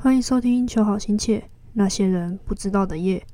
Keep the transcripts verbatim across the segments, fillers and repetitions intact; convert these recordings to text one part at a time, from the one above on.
欢迎收听求好心切，那些人不知道的夜。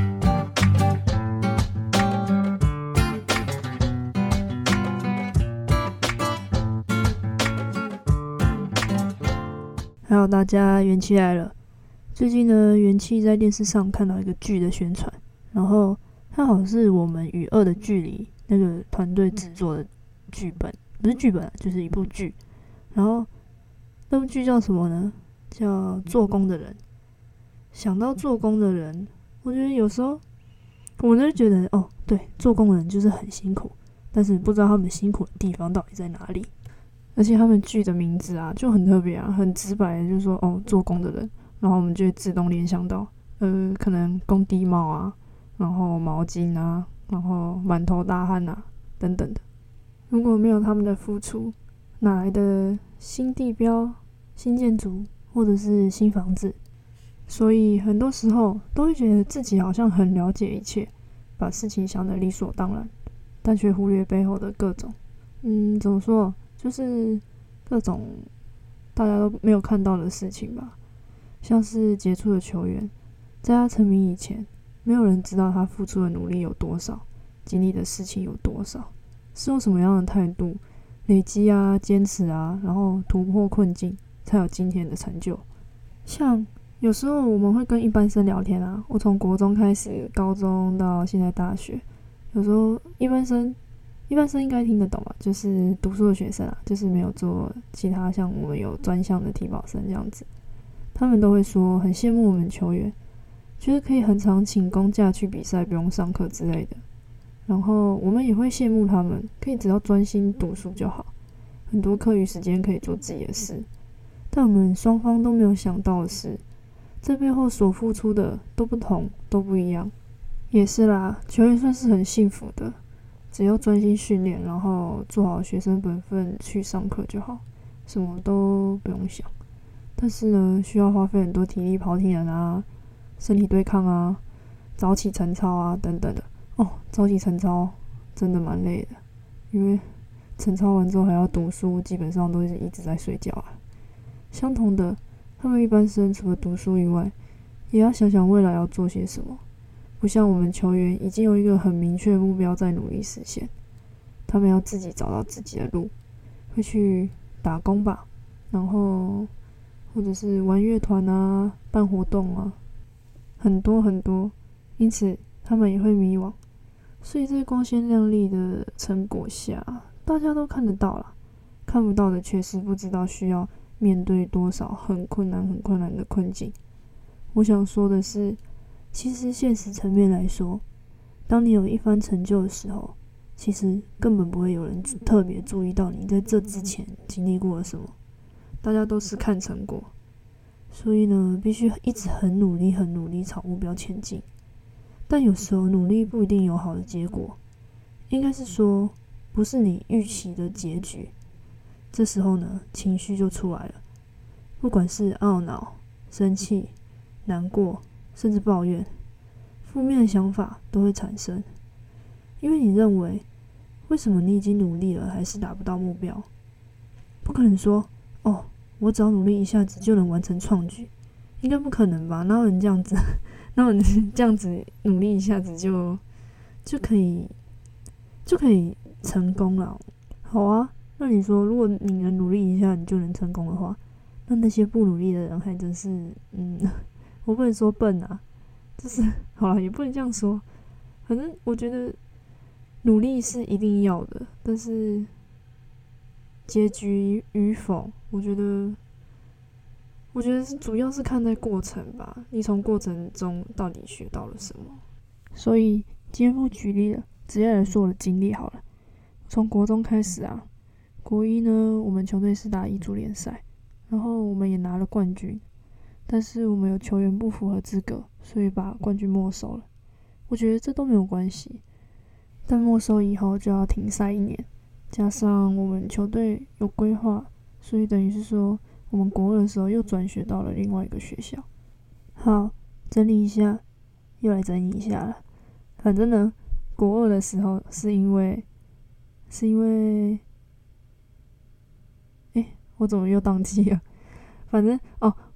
还有大家，元气来了。最近呢，元气在电视上看到一个剧的宣传，然后它好像是我们与恶的距离那个团队制作的剧本，不是剧本啊，就是一部剧。然后那部剧叫什么呢？叫《做工的人》。想到做工的人，我觉得有时候我就觉得，哦，对，做工的人就是很辛苦，但是不知道他们辛苦的地方到底在哪里。而且他们剧的名字啊就很特别啊，很直白的就说哦，做工的人，然后我们就会自动联想到，呃，可能工地帽啊，然后毛巾啊，然后满头大汗啊等等的。如果没有他们的付出，哪来的新地标、新建筑或者是新房子？所以很多时候都会觉得自己好像很了解一切，把事情想得理所当然，但却忽略背后的各种，嗯，怎么说，就是各种大家都没有看到的事情吧。像是杰出的球员，在他成名以前，没有人知道他付出的努力有多少，经历的事情有多少，是用什么样的态度累积啊、坚持啊，然后突破困境，才有今天的成就。像有时候我们会跟一般生聊天啊，我从国中开始，高中到现在大学，有时候一般生，一般生应该听得懂吧？就是读书的学生啊，就是没有做其他像我们有专项的体保生这样子，他们都会说很羡慕我们球员，觉得可以很常请公假去比赛，不用上课之类的。然后我们也会羡慕他们，可以只要专心读书就好，很多课余时间可以做自己的事。但我们双方都没有想到的是，这背后所付出的都不同，都不一样。也是啦，球员算是很幸福的，只要专心训练，然后做好学生本分去上课就好，什么都不用想。但是呢，需要花费很多体力跑体能啊、身体对抗啊、早起晨操啊等等的。哦，早起晨操真的蛮累的，因为晨操完之后还要读书，基本上都是一直在睡觉啊。相同的，他们一般生除了读书以外，也要想想未来要做些什么。不像我们球员已经有一个很明确的目标在努力实现，他们要自己找到自己的路，会去打工吧，然后或者是玩乐团啊、办活动啊，很多很多。因此他们也会迷惘。所以在光鲜亮丽的成果下，大家都看得到啦，看不到的却是不知道需要面对多少很困难很困难的困境。我想说的是，其实现实层面来说，当你有一番成就的时候，其实根本不会有人特别注意到你在这之前经历过了什么，大家都是看成果。所以呢，必须一直很努力很努力朝目标前进。但有时候努力不一定有好的结果，应该是说不是你预期的结局。这时候呢，情绪就出来了，不管是懊恼、生气、难过，甚至抱怨，负面的想法都会产生。因为你认为，为什么你已经努力了，还是达不到目标？不可能说，哦，我只要努力一下子就能完成创举，应该不可能吧？哪有人这样子？哪有人这样子努力一下子就就可以就可以成功了？好啊。那你说，如果你能努力一下你就能成功的话，那那些不努力的人还真是，嗯，我不能说笨啊，就是好啦，也不能这样说。反正我觉得努力是一定要的，但是结局与否，我觉得，我觉得是主要是看在过程吧，你从过程中到底学到了什么。所以今天不举例了，直接来说我的经历好了。从国中开始啊。国一呢，我们球队是打乙组联赛，然后我们也拿了冠军，但是我们有球员不符合资格，所以把冠军没收了。我觉得这都没有关系，但没收以后就要停赛一年，加上我们球队有规划，所以等于是说，我们国二的时候又转学到了另外一个学校。好，整理一下，又来整理一下了。反正呢，国二的时候是因为，是因为。我怎么又宕机了？反正哦，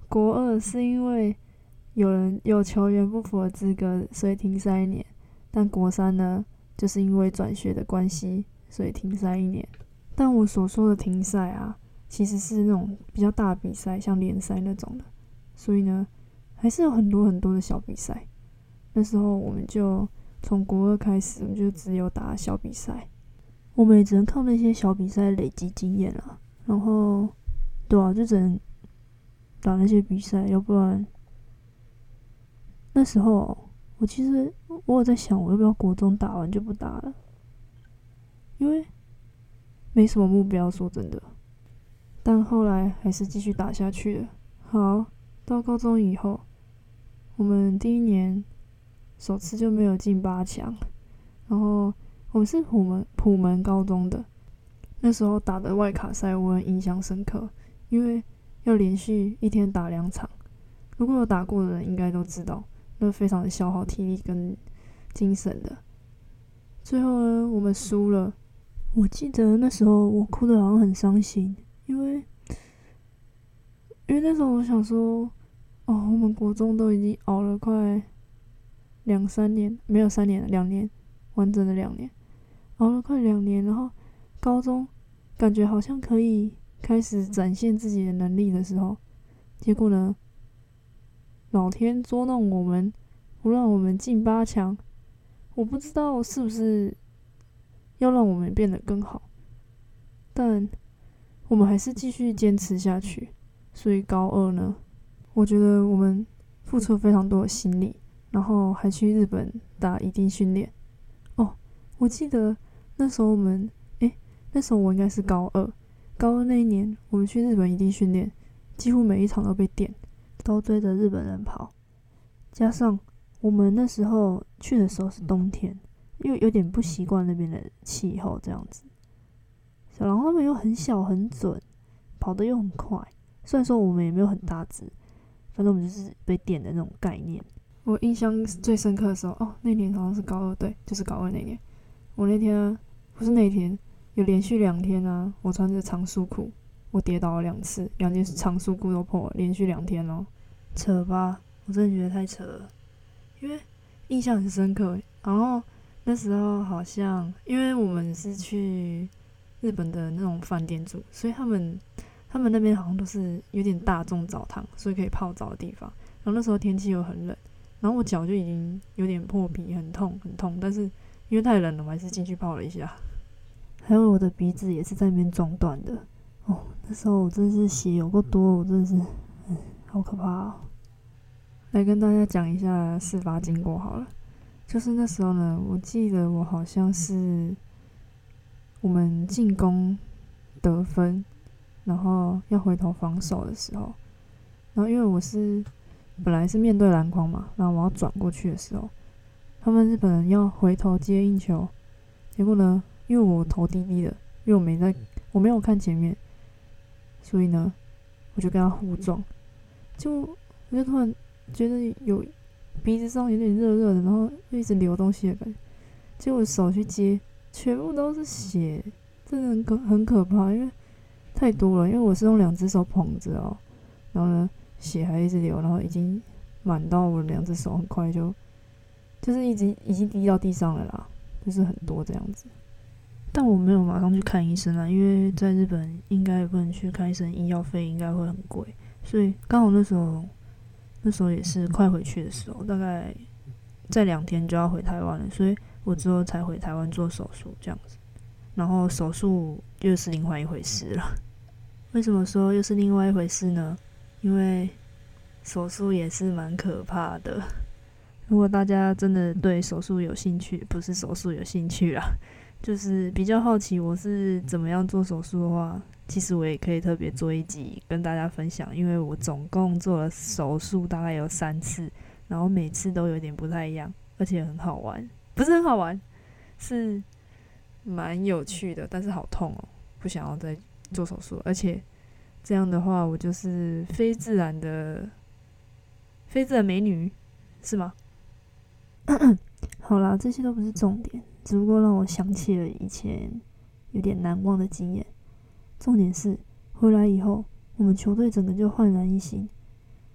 国二是因为有人有球员不符合资格，所以停赛一年。但国三呢，就是因为转学的关系，所以停赛一年。但我所说的停赛啊，其实是那种比较大的比赛，像联赛那种的。所以呢，还是有很多很多的小比赛。那时候我们就从国二开始，我们就只有打小比赛。我们也只能靠那些小比赛累积经验啦。然后，对啊，就只能打那些比赛，要不然那时候我其实我有在想，我要不要国中打完就不打了，因为没什么目标，说真的。但后来还是继续打下去了。好，到高中以后，我们第一年首次就没有进八强，然后我们是普门普门高中的，那时候打的外卡赛我很印象深刻，因为要连续一天打两场。如果有打过的人应该都知道，那非常的消耗体力跟精神的。最后呢，我们输了。我记得那时候我哭得好像很伤心，因为因为那时候我想说，哦，我们国中都已经熬了快两三年，没有三年，两年，完整的两年，熬了快两年，然后高中感觉好像可以开始展现自己的能力的时候，结果呢，老天捉弄我们，不让我们进八强。我不知道是不是要让我们变得更好，但我们还是继续坚持下去。所以高二呢，我觉得我们付出了非常多的心力，然后还去日本打异地训练。哦，我记得那时候我们，诶，那时候我应该是高二，高二那一年我们去日本异地训练，几乎每一场都被电，都追着日本人跑。加上我们那时候去的时候是冬天，因为有点不习惯那边的气候这样子。然后他们又很小很准，跑得又很快。虽然说我们也没有很大只，反正我们就是被电的那种概念。我印象最深刻的时候，哦，那年好像是高二，对，就是高二那年。我那天啊，不是那天，有连续两天啊，我穿着长束裤，我跌倒了两次，两件长束裤都破了，连续两天哦，扯吧，我真的觉得太扯了，因为印象很深刻。然后那时候好像，因为我们是去日本的那种饭店住，所以他们他们那边好像都是有点大众澡堂，所以可以泡澡的地方。然后那时候天气又很冷，然后我脚就已经有点破皮，很痛很痛，但是因为太冷了，我还是进去泡了一下。还有我的鼻子也是在那边撞断的。哦，那时候我真的是血有够多，我真的是，嗯，好可怕哦。来跟大家讲一下事发经过好了。就是那时候呢，我记得我好像是我们进攻得分，然后要回头防守的时候，然后因为我是本来是面对篮筐嘛，然后我要转过去的时候，他们日本人要回头接应球，结果呢，因为我头低低的，因为我没在，我没有看前面，所以呢，我就跟他互撞，就我就突然觉得有鼻子上有点热热的，然后又一直流东西的感觉，结果我手去接，全部都是血，真的很可很可怕，因为太多了，因为我是用两只手捧着哦，然后呢，血还一直流，然后已经满到我两只手，很快就就是一直已经滴到地上了啦，就是很多这样子。但我没有马上去看医生啦，因为在日本应该也不能去看医生，医药费应该会很贵，所以刚好那时候那时候也是快回去的时候，大概在两天就要回台湾了，所以我之后才回台湾做手术这样子。然后手术又是另外一回事了。为什么说又是另外一回事呢？因为手术也是蛮可怕的。如果大家真的对手术有兴趣，不是手术有兴趣啦，就是比较好奇我是怎么样做手术的话，其实我也可以特别做一集跟大家分享，因为我总共做了手术大概有三次，然后每次都有点不太一样，而且很好玩，不是很好玩，是蛮有趣的，但是好痛哦，不想要再做手术，而且这样的话我就是非自然的非自然美女，是吗？好啦，这些都不是重点，只不过让我想起了以前有点难忘的经验。重点是回来以后，我们球队整个就焕然一新，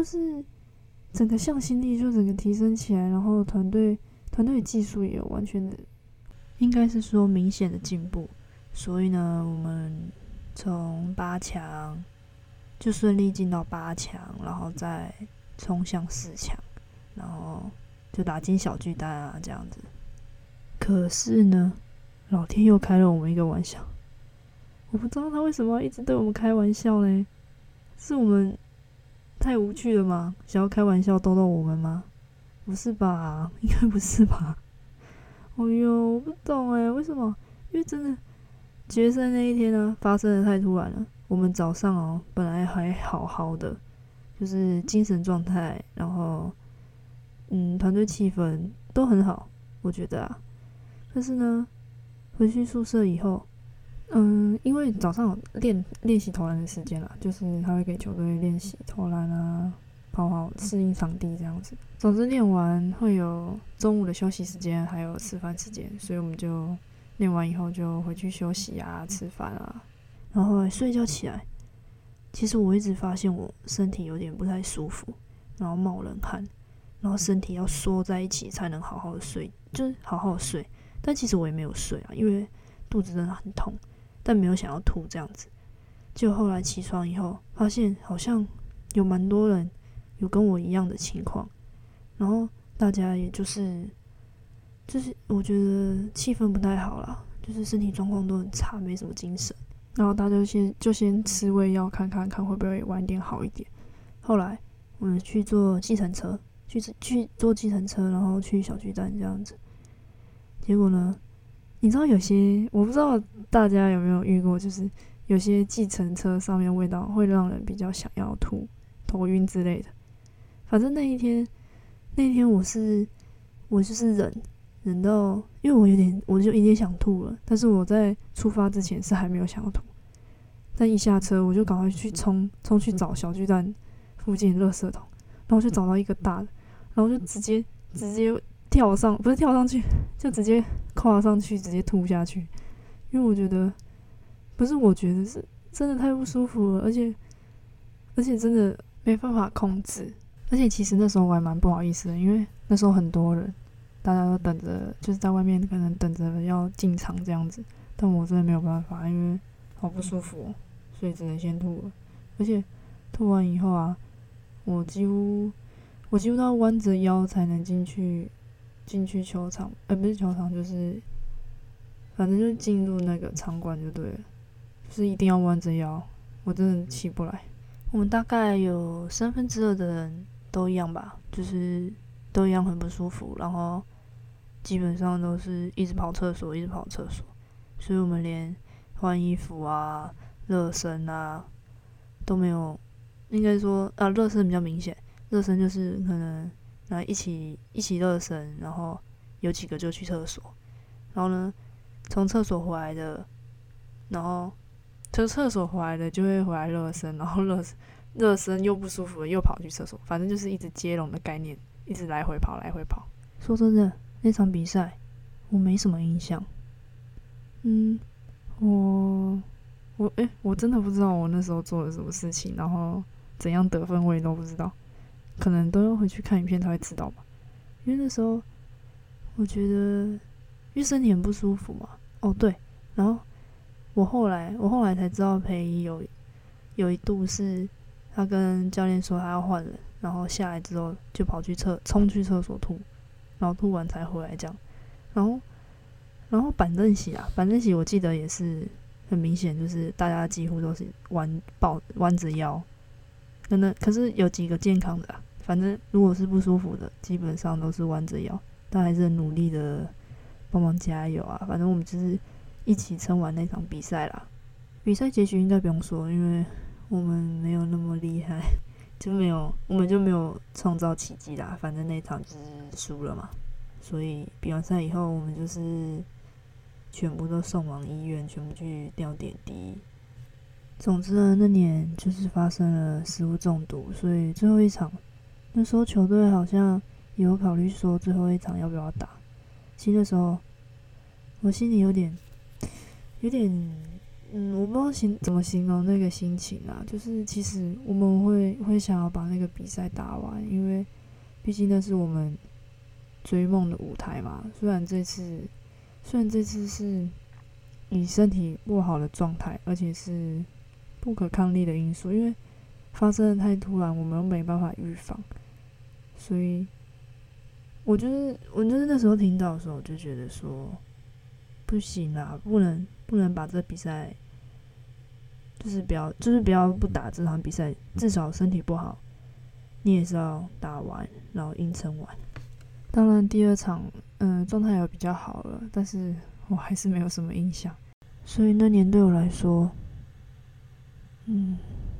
就是整个向心力就整个提升起来，然后团队团队的技术也有完全的，应该是说明显的进步。所以呢，我们从八强就顺利进到八强，然后再冲向四强，然后就打进小巨蛋啊这样子。可是呢，老天又开了我们一个玩笑。我不知道他为什么要一直对我们开玩笑呢？是我们太无趣了吗？想要开玩笑逗逗我们吗？不是吧？应该不是吧？哎呦，我不懂哎，为什么？因为真的决赛那一天呢、啊，发生的太突然了。我们早上哦，本来还好好的，就是精神状态，然后嗯，团队气氛都很好，我觉得啊。但是呢，回去宿舍以后，嗯，因为早上有练练习投篮的时间啦，就是他会给球队练习投篮啊，跑好适应场地这样子。总之练完会有中午的休息时间，还有吃饭时间，所以我们就练完以后就回去休息啊，吃饭啊，然后后来睡觉起来。其实我一直发现我身体有点不太舒服，然后冒冷汗，然后身体要缩在一起才能好好的睡，就是好好的睡。但其实我也没有睡啊，因为肚子真的很痛，但没有想要吐这样子。就后来起床以后，发现好像有蛮多人有跟我一样的情况，然后大家也就是就是我觉得气氛不太好啦，就是身体状况都很差，没什么精神。然后大家就先就先吃胃药，看看看会不会晚点好一点。后来我们去坐计程车，去去坐计程车，然后去小巨蛋这样子。结果呢，你知道有些我不知道大家有没有遇过，就是有些计程车上面味道会让人比较想要吐、头晕之类的。反正那一天，那一天我是我就是忍忍到，因为我有点我就有点想吐了，但是我在出发之前是还没有想要吐。但一下车我就赶快去冲冲去找小巨蛋附近的垃圾桶，然后就找到一个大的，然后就直接直接跳上，不是跳上去，就直接跨上去，直接吐下去。因为我觉得，不是我觉得是真的太不舒服了，而且而且真的没办法控制。而且其实那时候我还蛮不好意思的，因为那时候很多人，大家都等着，就是在外面可能等着要进场这样子，但我真的没有办法，因为好不舒服哦，所以只能先吐了。而且吐完以后啊，我几乎我几乎都要弯着腰才能进去进去球场，呃，不是球场，就是反正就进入那个场馆就对了，就是一定要弯着腰，我真的起不来。我们大概有三分之二的人都一样吧，就是都一样很不舒服，然后基本上都是一直跑厕所，一直跑厕所，所以我们连换衣服啊、热身啊都没有。应该说啊，热身比较明显，热身就是可能啊一起一起热身，然后有几个就去厕所，然后呢从厕所回来的，然后从厕所回来的就会回来热身，然后热热身又不舒服了，又跑去厕所，反正就是一直接龙的概念，一直来回跑来回跑。说真的，那场比赛我没什么印象。嗯，我我诶、欸，我真的不知道我那时候做了什么事情，然后怎样得分我也都不知道，可能都要回去看影片才会知道吧。因为那时候我觉得，因为身体很不舒服嘛。哦对，然后我后来我后来才知道裴一有有一度是他跟教练说他要换人，然后下来之后就跑去厕冲去厕所吐，然后吐完才回来这样。然后然后板凳席啊，板凳席我记得也是很明显，就是大家几乎都是弯抱弯着腰，可能可是有几个健康的、啊，反正如果是不舒服的，基本上都是弯着腰，但还是很努力的帮忙加油啊。反正我们就是一起撑完那场比赛啦。比赛结局应该不用说，因为我们没有那么厉害，就没有我们就没有创造奇迹啦。反正那场就是输了嘛，所以比完赛以后，我们就是全部都送往医院，全部去吊点滴。总之呢，那年就是发生了食物中毒，所以最后一场，那时候球队好像也有考虑说最后一场要不要打。其实那时候我心里有点有点嗯，我不知道形怎么形容那个心情啊，就是其实我们会会想要把那个比赛打完，因为毕竟那是我们追梦的舞台嘛。虽然这次虽然这次是以身体不好的状态，而且是不可抗力的因素，因为发生的太突然，我们又没办法预防，所以我就是我就是那时候听到的时候，我就觉得说不行啦，不能不能把这比赛，就是不要就是不要不打这场比赛，至少身体不好，你也是要打完，然后硬撑完。当然第二场，嗯，状态有比较好了，但是我还是没有什么印象，所以那年对我来说，嗯，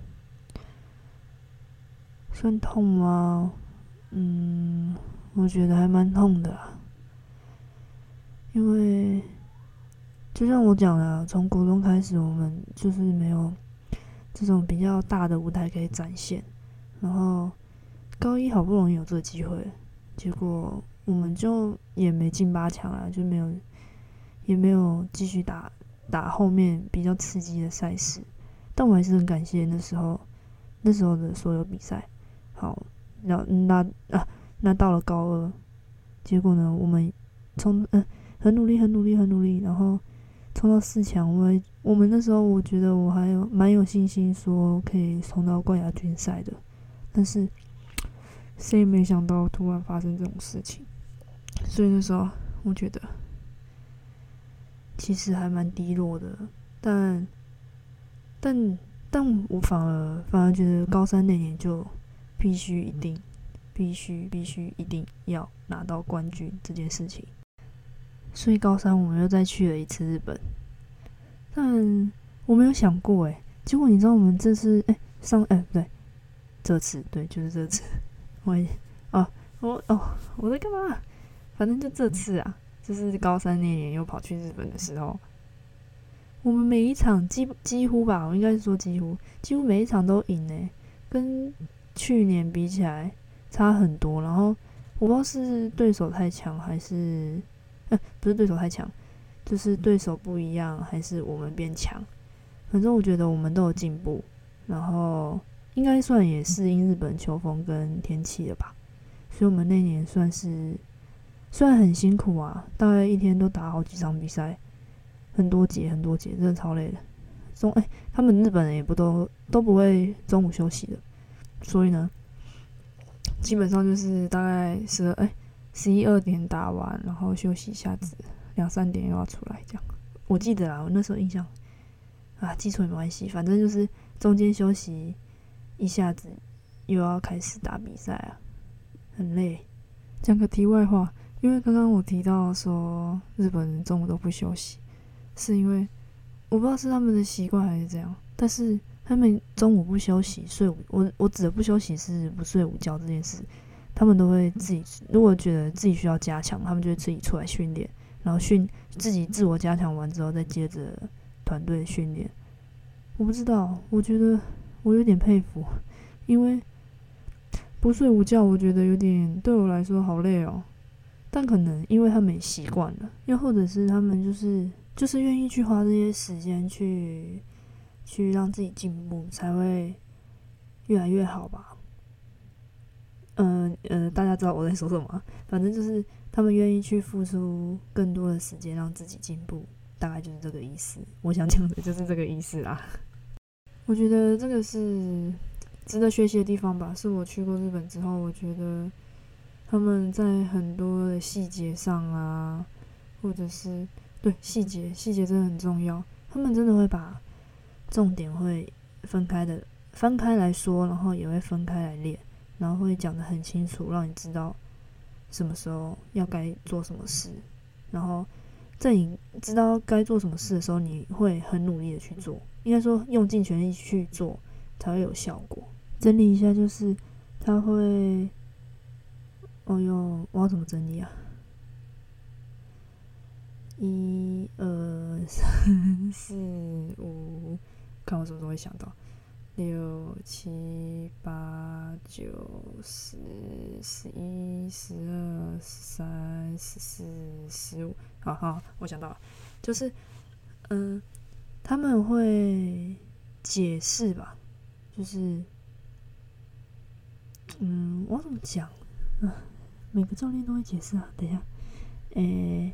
算痛吗？嗯，我觉得还蛮痛的啊，因为就像我讲的，从国中开始，我们就是没有这种比较大的舞台可以展现，然后高一好不容易有这个机会，结果我们就也没进八强啊，就没有也没有继续打打后面比较刺激的赛事。但我还是很感谢那时候那时候的所有比赛。好，然后那啊那到了高二，结果呢，我们冲嗯、呃、很努力很努力很努力，然后冲到四强。我们我们那时候我觉得我还有蛮有信心说可以冲到冠亚军赛的，但是谁也没想到突然发生这种事情，所以那时候我觉得其实还蛮低落的，但但但我反而反而觉得高三那年就必须一定必须必须一定要拿到冠军这件事情，所以高三我们又再去了一次日本，但我没有想过哎，结果你知道我们这次哎上哎不对，这次对就是这次，我哦我哦我在干嘛？反正就这次啊，就是高三那年又跑去日本的时候，我们每一场几几乎吧，我应该是说几乎几乎每一场都赢诶，跟去年比起来差很多。然后我不知道是对手太强还是，呃，不是对手太强，就是对手不一样，还是我们变强。反正我觉得我们都有进步，然后应该算也适应日本秋风跟天气了吧。所以我们那年算是虽然很辛苦啊，大概一天都打好几场比赛，很多节很多节，真的超累的。中哎、欸，他们日本人也不都都不会中午休息的，所以呢，基本上就是大概十二哎十一二点打完，然后休息一下子，两三点又要出来这样。我记得啦，我那时候印象啊，记错也没关系，反正就是中间休息一下子，又要开始打比赛啊，很累。讲个题外话，因为刚刚我提到说日本人中午都不休息，是因为我不知道是他们的习惯还是怎样，但是他们中午不休息睡午，我我指的不休息是不睡午觉这件事，他们都会自己，如果觉得自己需要加强，他们就会自己出来训练，然后训自己自我加强完之后，再接着团队训练。我不知道，我觉得我有点佩服，因为不睡午觉，我觉得有点对我来说好累哦。但可能因为他们也习惯了，又或者是他们就是就是愿意去花这些时间去去让自己进步，才会越来越好吧。嗯 呃, 呃，大家知道我在说什么，反正就是他们愿意去付出更多的时间让自己进步，大概就是这个意思。我想讲的就是这个意思啦。我觉得这个是值得学习的地方吧，是我去过日本之后，我觉得他们在很多的细节上啊，或者是对细节，细节真的很重要。他们真的会把重点会分开的分开来说，然后也会分开来练，然后会讲得很清楚，让你知道什么时候要该做什么事，然后在你知道该做什么事的时候，你会很努力的去做，应该说用尽全力去做才会有效果。整理一下，就是他会，哦哟，我要怎么整理啊？一二三四五，看我什么时候会想到。六七八九十十一十二十三十四十五，好好，我想到了，就是嗯、呃， 他们会解释吧，就是嗯，我怎么讲啊？每个教练都会解释啊。等一下，诶，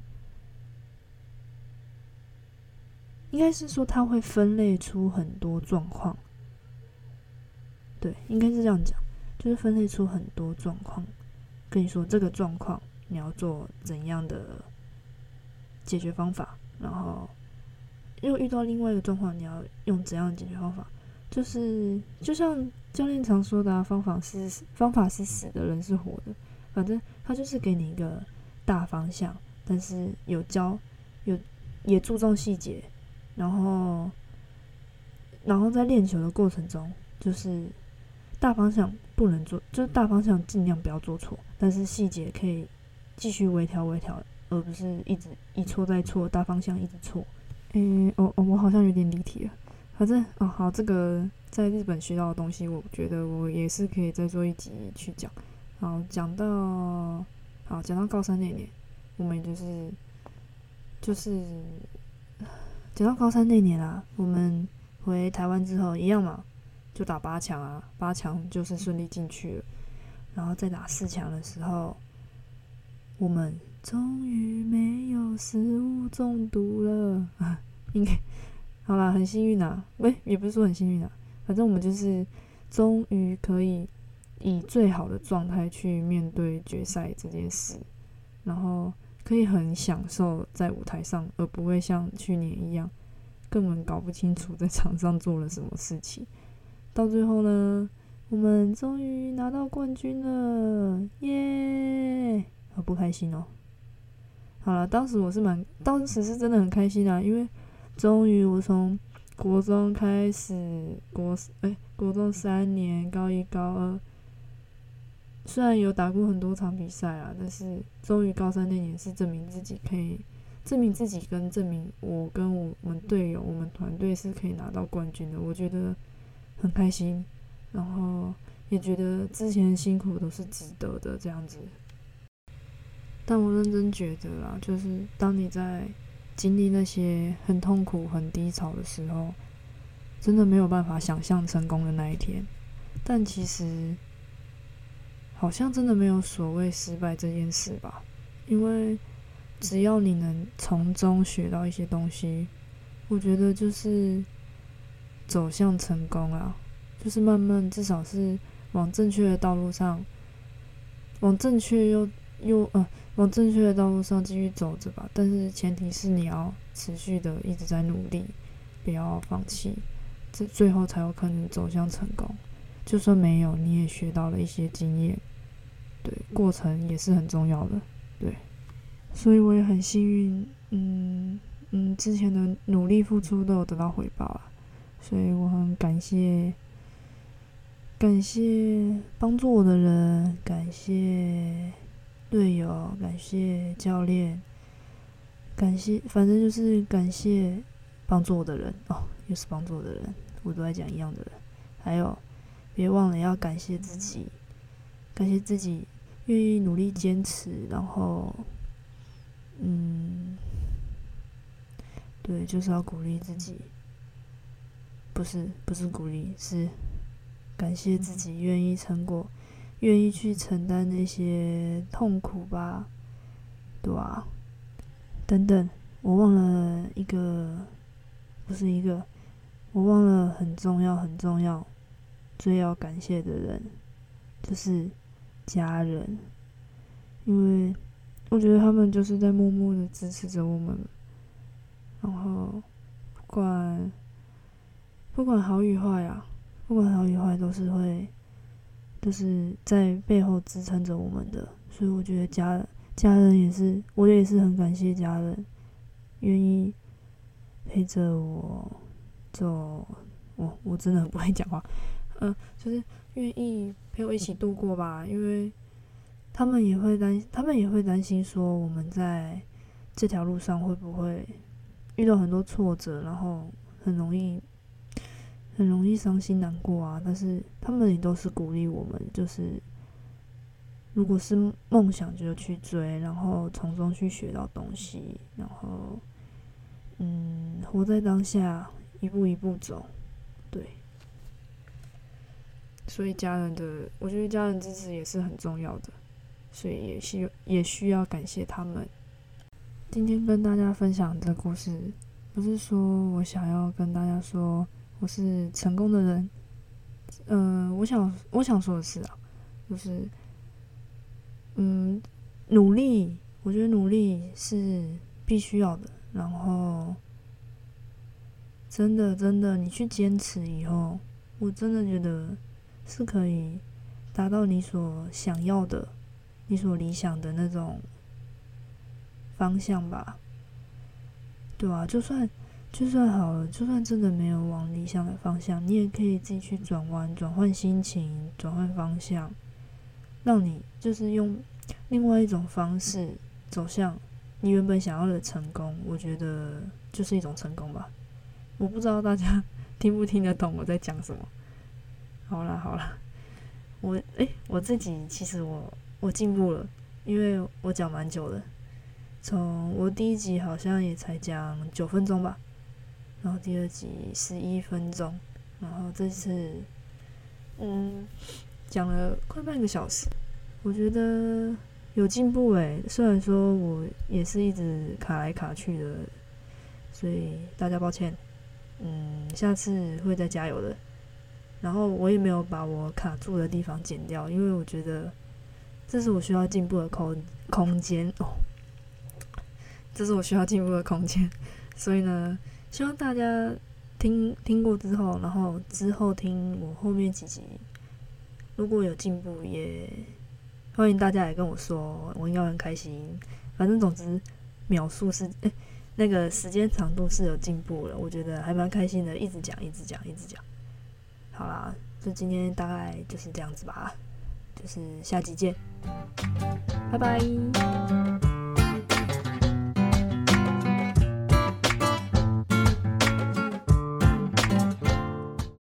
应该是说他会分类出很多状况，对，应该是这样讲，就是分类出很多状况，跟你说这个状况你要做怎样的解决方法，然后又遇到另外一个状况，你要用怎样的解决方法？就是就像教练常说的、啊，方法是方法是死的，人是活的。反正他就是给你一个大方向，但是有教有也注重细节，然后然后在练球的过程中，就是大方向不能做，就是大方向尽量不要做错，但是细节可以继续微调微调，而不是一直一错再错，大方向一直错。诶、哦哦，我好像有点离题了。反正哦，好，这个在日本学到的东西，我觉得我也是可以再做一集去讲。好，讲到好，讲到高三那年，我们就是就是讲到高三那年啊，我们回台湾之后一样嘛，就打八强啊，八强就是顺利进去了。然后在打四强的时候，我们终于没有食物中毒了，应该好啦，很幸运啊，喂，也不是说很幸运啊，反正我们就是终于可以以最好的状态去面对决赛这件事，然后可以很享受在舞台上，而不会像去年一样根本搞不清楚在场上做了什么事情。到最后呢，我们终于拿到冠军了，耶！好不开心哦。好了，当时我是蛮，当时是真的很开心啊，因为终于我从国中开始，国哎、欸、国中三年，高一高二，虽然有打过很多场比赛啊，但是终于高三那年是证明自己可以，证明自己跟证明我跟我们队友、我们团队是可以拿到冠军的，我觉得很开心，然后也觉得之前辛苦都是值得的这样子。但我认真觉得啦，就是当你在经历那些很痛苦、很低潮的时候，真的没有办法想象成功的那一天。但其实，好像真的没有所谓失败这件事吧，因为只要你能从中学到一些东西，我觉得就是走向成功啊，就是慢慢至少是往正确的道路上，往正确又又呃往正确的道路上继续走着吧。但是前提是你要持续的一直在努力，不要放弃，这最后才有可能走向成功。就算没有，你也学到了一些经验，对，过程也是很重要的，对。所以我也很幸运，嗯嗯，之前的努力付出都有得到回报啊，所以我很感谢，感谢帮助我的人，感谢队友，感谢教练，感谢，反正就是感谢帮助我的人哦，又是帮助我的人，我都在讲一样的人，还有。别忘了要感谢自己，感谢自己愿意努力坚持，然后，嗯，对，就是要鼓励自己，不是不是鼓励，是感谢自己愿意成果，愿意去承担那些痛苦吧，对啊，等等，我忘了一个，不是一个，我忘了很重要很重要。最要感谢的人就是家人，因为我觉得他们就是在默默的支持着我们，然后不管不管好与坏啊，不管好与坏都是会，就是在背后支撑着我们的，所以我觉得家家人也是，我也是很感谢家人愿意陪着我走，我我真的很不会讲话。嗯、呃，就是愿意陪我一起度过吧，因为他们也会担，他们也会担心说我们在这条路上会不会遇到很多挫折，然后很容易很容易伤心难过啊。但是他们也都是鼓励我们，就是如果是梦想就去追，然后从中去学到东西，然后嗯，活在当下，一步一步走，对。所以家人的，我觉得家人支持也是很重要的，所以也需也需要感谢他们。今天跟大家分享这故事，不是说我想要跟大家说我是成功的人，嗯、呃，我想我想说的是啊，就是嗯，努力，我觉得努力是必须要的，然后真的真的，你去坚持以后，我真的觉得是可以达到你所想要的、你所理想的那种方向吧。对啊，就算就算好了，就算真的没有往理想的方向，你也可以自己去转弯、转换心情、转换方向，让你就是用另外一种方式走向你原本想要的成功。我觉得就是一种成功吧。我不知道大家听不听得懂我在讲什么。好啦好啦，我诶、欸，我自己其实我我进步了，因为我讲蛮久的。从我第一集好像也才讲九分钟吧，然后第二集十一分钟，然后这次嗯讲了快半个小时，我觉得有进步诶。虽然说我也是一直卡来卡去的，所以大家抱歉，嗯，下次会再加油的。然后我也没有把我卡住的地方剪掉，因为我觉得这是我需要进步的空空间哦。这是我需要进步的空间，所以呢，希望大家听听过之后，然后之后听我后面几集，如果有进步，也欢迎大家来跟我说，我应该很开心。反正总之，秒数是诶、欸，那个时间长度是有进步了，我觉得还蛮开心的，一直讲，一直讲，一直讲。好啦，就今天大概就是这样子吧，就是下集见，拜拜。